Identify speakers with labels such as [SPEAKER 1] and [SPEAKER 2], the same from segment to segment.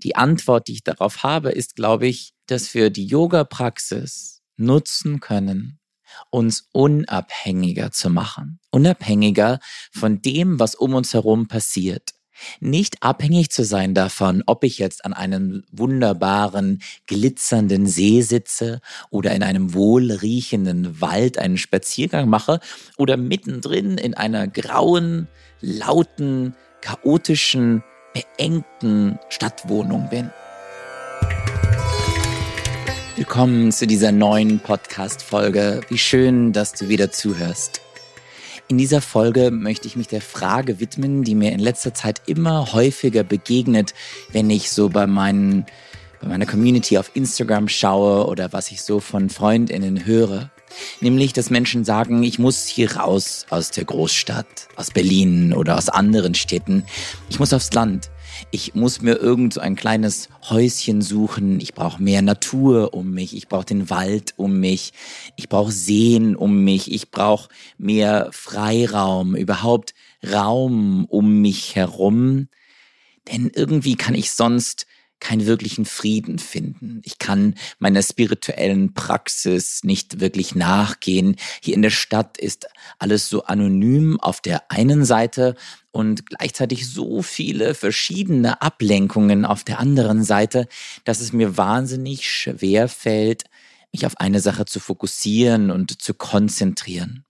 [SPEAKER 1] die Antwort, die ich darauf habe, ist, glaube ich, dass wir die Yoga-Praxis nutzen können, uns unabhängiger zu machen. Unabhängiger von dem, was um uns herum passiert. Nicht abhängig zu sein davon, ob ich jetzt an einem wunderbaren, glitzernden See sitze oder in einem wohlriechenden Wald einen Spaziergang mache oder mittendrin in einer grauen, lauten, chaotischen, beengten Stadtwohnung bin. Willkommen zu dieser neuen Podcast-Folge. Wie schön, dass du wieder zuhörst. In dieser Folge möchte ich mich der Frage widmen, die mir in letzter Zeit immer häufiger begegnet, wenn ich so bei meiner Community auf Instagram schaue oder was ich so von FreundInnen höre. Nämlich, dass Menschen sagen, ich muss hier raus aus der Großstadt, aus Berlin oder aus anderen Städten. Ich muss aufs Land. Ich muss mir irgend so ein kleines Häuschen suchen. Ich brauche mehr Natur um mich. Ich brauche den Wald um mich. Ich brauche Seen um mich. Ich brauche mehr Freiraum, überhaupt Raum um mich herum. Denn irgendwie kann ich sonst keinen wirklichen Frieden finden. Ich kann meiner spirituellen Praxis nicht wirklich nachgehen. Hier in der Stadt ist alles so anonym auf der einen Seite und gleichzeitig so viele verschiedene Ablenkungen auf der anderen Seite, dass es mir wahnsinnig schwer fällt, mich auf eine Sache zu fokussieren und zu konzentrieren.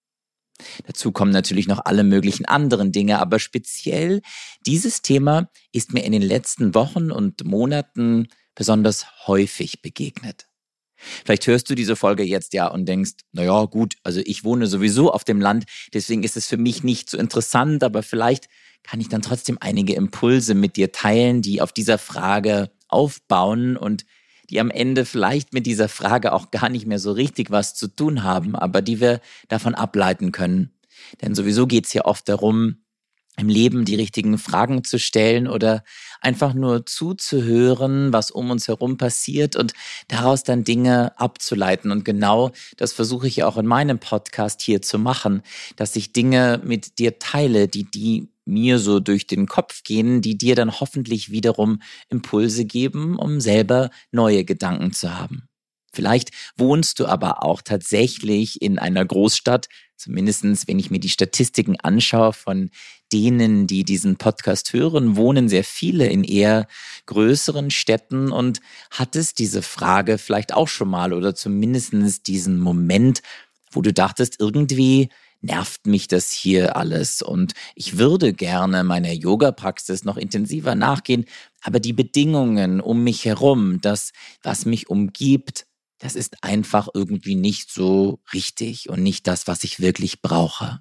[SPEAKER 1] Dazu kommen natürlich noch alle möglichen anderen Dinge, aber speziell dieses Thema ist mir in den letzten Wochen und Monaten besonders häufig begegnet. Vielleicht hörst du diese Folge jetzt ja und denkst, naja gut, also ich wohne sowieso auf dem Land, deswegen ist es für mich nicht so interessant, aber vielleicht kann ich dann trotzdem einige Impulse mit dir teilen, die auf dieser Frage aufbauen und die am Ende vielleicht mit dieser Frage auch gar nicht mehr so richtig was zu tun haben, aber die wir davon ableiten können. Denn sowieso geht es ja oft darum, im Leben die richtigen Fragen zu stellen oder einfach nur zuzuhören, was um uns herum passiert und daraus dann Dinge abzuleiten. Und genau das versuche ich auch in meinem Podcast hier zu machen, dass ich Dinge mit dir teile, die mir so durch den Kopf gehen, die dir dann hoffentlich wiederum Impulse geben, um selber neue Gedanken zu haben. Vielleicht wohnst du aber auch tatsächlich in einer Großstadt, zumindest wenn ich mir die Statistiken anschaue von denen, die diesen Podcast hören, wohnen sehr viele in eher größeren Städten und hattest diese Frage vielleicht auch schon mal oder zumindest diesen Moment, wo du dachtest, irgendwie nervt mich das hier alles und ich würde gerne meiner Yoga-Praxis noch intensiver nachgehen, aber die Bedingungen um mich herum, das, was mich umgibt, das ist einfach irgendwie nicht so richtig und nicht das, was ich wirklich brauche.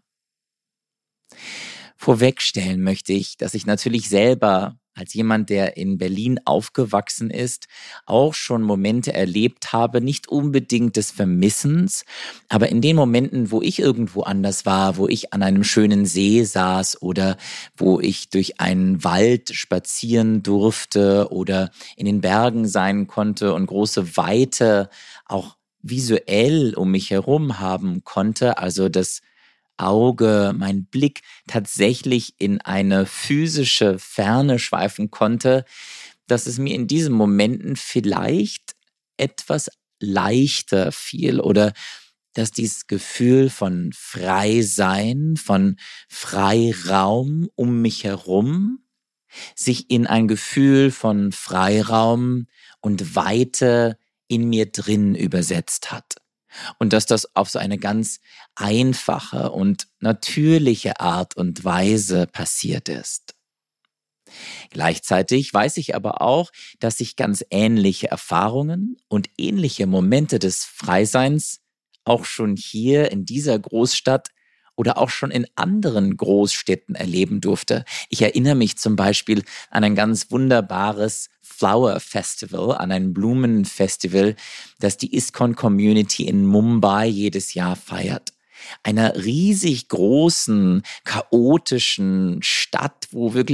[SPEAKER 1] Vorwegstellen möchte ich, dass ich natürlich selber als jemand, der in Berlin aufgewachsen ist, auch schon Momente erlebt habe, nicht unbedingt des Vermissens, aber in den Momenten, wo ich irgendwo anders war, wo ich an einem schönen See saß oder wo ich durch einen Wald spazieren durfte oder in den Bergen sein konnte und große Weite auch visuell um mich herum haben konnte, also das Auge, mein Blick tatsächlich in eine physische Ferne schweifen konnte, dass es mir in diesen Momenten vielleicht etwas leichter fiel oder dass dieses Gefühl von Freisein, von Freiraum um mich herum sich in ein Gefühl von Freiraum und Weite in mir drin übersetzt hat. Und dass das auf so eine ganz einfache und natürliche Art und Weise passiert ist. Gleichzeitig weiß ich aber auch, dass ich ganz ähnliche Erfahrungen und ähnliche Momente des Freiseins auch schon hier in dieser Großstadt oder auch schon in anderen Großstädten erleben durfte. Ich erinnere mich zum Beispiel an ein ganz wunderbares Flower Festival, an ein Blumenfestival, das die ISKCON Community in Mumbai jedes Jahr feiert. Einer riesig großen, chaotischen Stadt, wo wirklich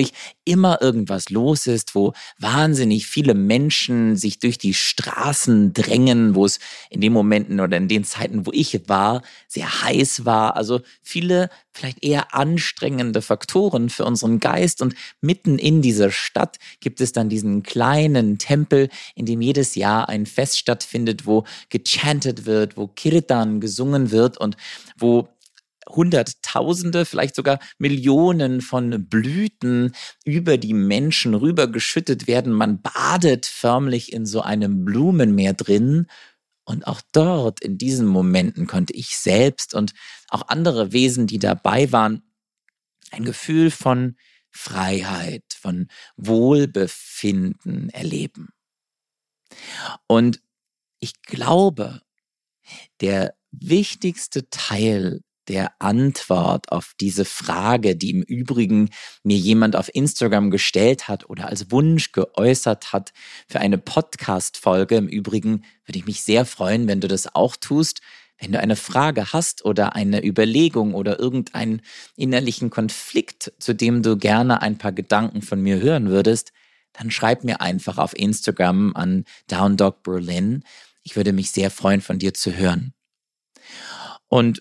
[SPEAKER 1] immer irgendwas los ist, wo wahnsinnig viele Menschen sich durch die Straßen drängen, wo es in den Momenten oder in den Zeiten, wo ich war, sehr heiß war. Also viele vielleicht eher anstrengende Faktoren für unseren Geist. Und mitten in dieser Stadt gibt es dann diesen kleinen Tempel, in dem jedes Jahr ein Fest stattfindet, wo gechantet wird, wo Kirtan gesungen wird und wo Hunderttausende, vielleicht sogar Millionen von Blüten über die Menschen rübergeschüttet werden. Man badet förmlich in so einem Blumenmeer drin. Und auch dort, in diesen Momenten, konnte ich selbst und auch andere Wesen, die dabei waren, ein Gefühl von Freiheit, von Wohlbefinden erleben. Und ich glaube, der wichtigste Teil der Antwort auf diese Frage, die im Übrigen mir jemand auf Instagram gestellt hat oder als Wunsch geäußert hat für eine Podcast-Folge. Im Übrigen würde ich mich sehr freuen, wenn du das auch tust. Wenn du eine Frage hast oder eine Überlegung oder irgendeinen innerlichen Konflikt, zu dem du gerne ein paar Gedanken von mir hören würdest, dann schreib mir einfach auf Instagram an DownDogBerlin. Ich würde mich sehr freuen, von dir zu hören. Und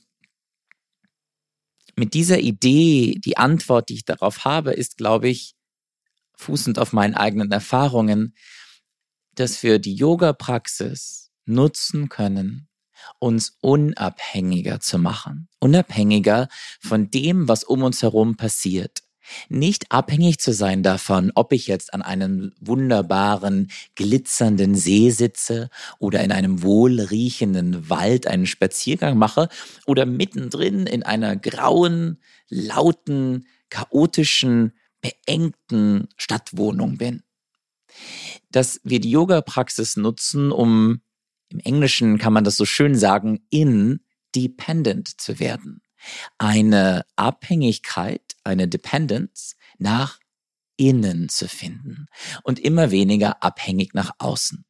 [SPEAKER 1] mit dieser Idee, die Antwort, die ich darauf habe, ist, glaube ich, fußend auf meinen eigenen Erfahrungen, dass wir die Yoga-Praxis nutzen können, uns unabhängiger zu machen. Unabhängiger von dem, was um uns herum passiert. Nicht abhängig zu sein davon, ob ich jetzt an einem wunderbaren, glitzernden See sitze oder in einem wohlriechenden Wald einen Spaziergang mache oder mittendrin in einer grauen, lauten, chaotischen, beengten Stadtwohnung bin. Dass wir die Yoga-Praxis nutzen, um, im Englischen kann man das so schön sagen, independent zu werden. Eine Abhängigkeit, eine Dependence nach innen zu finden und immer weniger abhängig nach außen.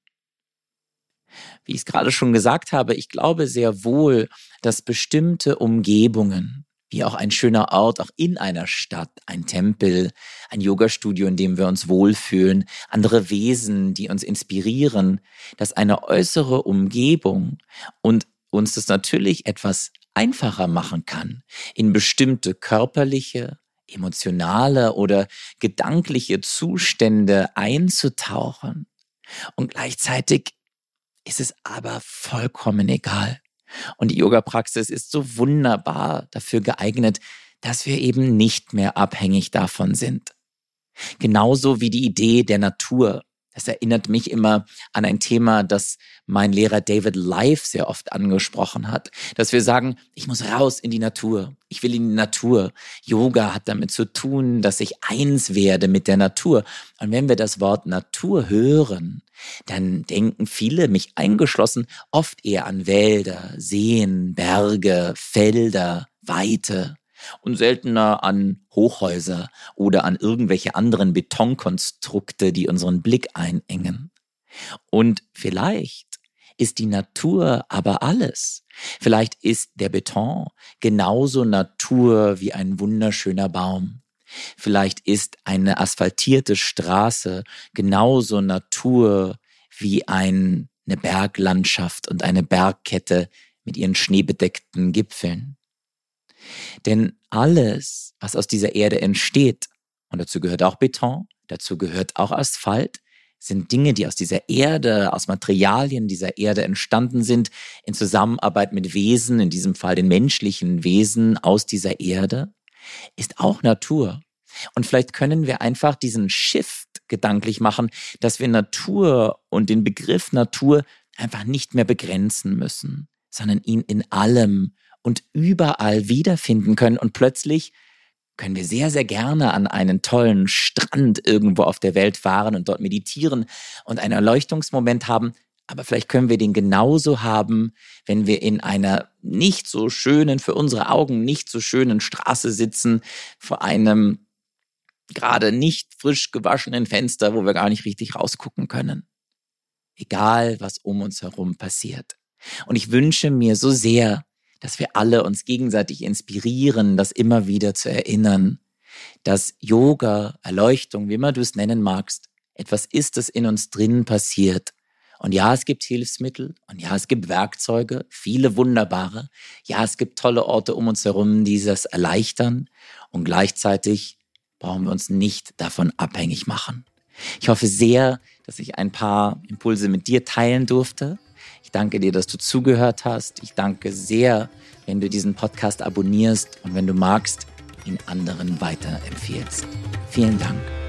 [SPEAKER 1] Wie ich es gerade schon gesagt habe, ich glaube sehr wohl, dass bestimmte Umgebungen, wie auch ein schöner Ort, auch in einer Stadt, ein Tempel, ein Yogastudio, in dem wir uns wohlfühlen, andere Wesen, die uns inspirieren, dass eine äußere Umgebung und uns das natürlich etwas einfacher machen kann, in bestimmte körperliche, emotionale oder gedankliche Zustände einzutauchen. Und gleichzeitig ist es aber vollkommen egal. Und die Yoga-Praxis ist so wunderbar dafür geeignet, dass wir eben nicht mehr abhängig davon sind. Genauso wie die Idee der Natur. Das erinnert mich immer an ein Thema, das mein Lehrer David Life sehr oft angesprochen hat. Dass wir sagen, ich muss raus in die Natur. Ich will in die Natur. Yoga hat damit zu tun, dass ich eins werde mit der Natur. Und wenn wir das Wort Natur hören, dann denken viele, mich eingeschlossen, oft eher an Wälder, Seen, Berge, Felder, Weite. Und seltener an Hochhäuser oder an irgendwelche anderen Betonkonstrukte, die unseren Blick einengen. Und vielleicht ist die Natur aber alles. Vielleicht ist der Beton genauso Natur wie ein wunderschöner Baum. Vielleicht ist eine asphaltierte Straße genauso Natur wie eine Berglandschaft und eine Bergkette mit ihren schneebedeckten Gipfeln. Denn alles, was aus dieser Erde entsteht, und dazu gehört auch Beton, dazu gehört auch Asphalt, sind Dinge, die aus dieser Erde, aus Materialien dieser Erde entstanden sind, in Zusammenarbeit mit Wesen, in diesem Fall den menschlichen Wesen aus dieser Erde, ist auch Natur. Und vielleicht können wir einfach diesen Shift gedanklich machen, dass wir Natur und den Begriff Natur einfach nicht mehr begrenzen müssen, sondern ihn in allem und überall wiederfinden können. Und plötzlich können wir sehr, sehr gerne an einen tollen Strand irgendwo auf der Welt fahren und dort meditieren und einen Erleuchtungsmoment haben. Aber vielleicht können wir den genauso haben, wenn wir in einer nicht so schönen, für unsere Augen nicht so schönen Straße sitzen, vor einem gerade nicht frisch gewaschenen Fenster, wo wir gar nicht richtig rausgucken können. Egal, was um uns herum passiert. Und ich wünsche mir so sehr, dass wir alle uns gegenseitig inspirieren, das immer wieder zu erinnern, dass Yoga, Erleuchtung, wie immer du es nennen magst, etwas ist, das in uns drin passiert. Und ja, es gibt Hilfsmittel und ja, es gibt Werkzeuge, viele wunderbare. Ja, es gibt tolle Orte um uns herum, die das erleichtern. Und gleichzeitig brauchen wir uns nicht davon abhängig machen. Ich hoffe sehr, dass ich ein paar Impulse mit dir teilen durfte. Ich danke dir, dass du zugehört hast. Ich danke sehr, wenn du diesen Podcast abonnierst und wenn du magst, ihn anderen weiterempfiehlst. Vielen Dank.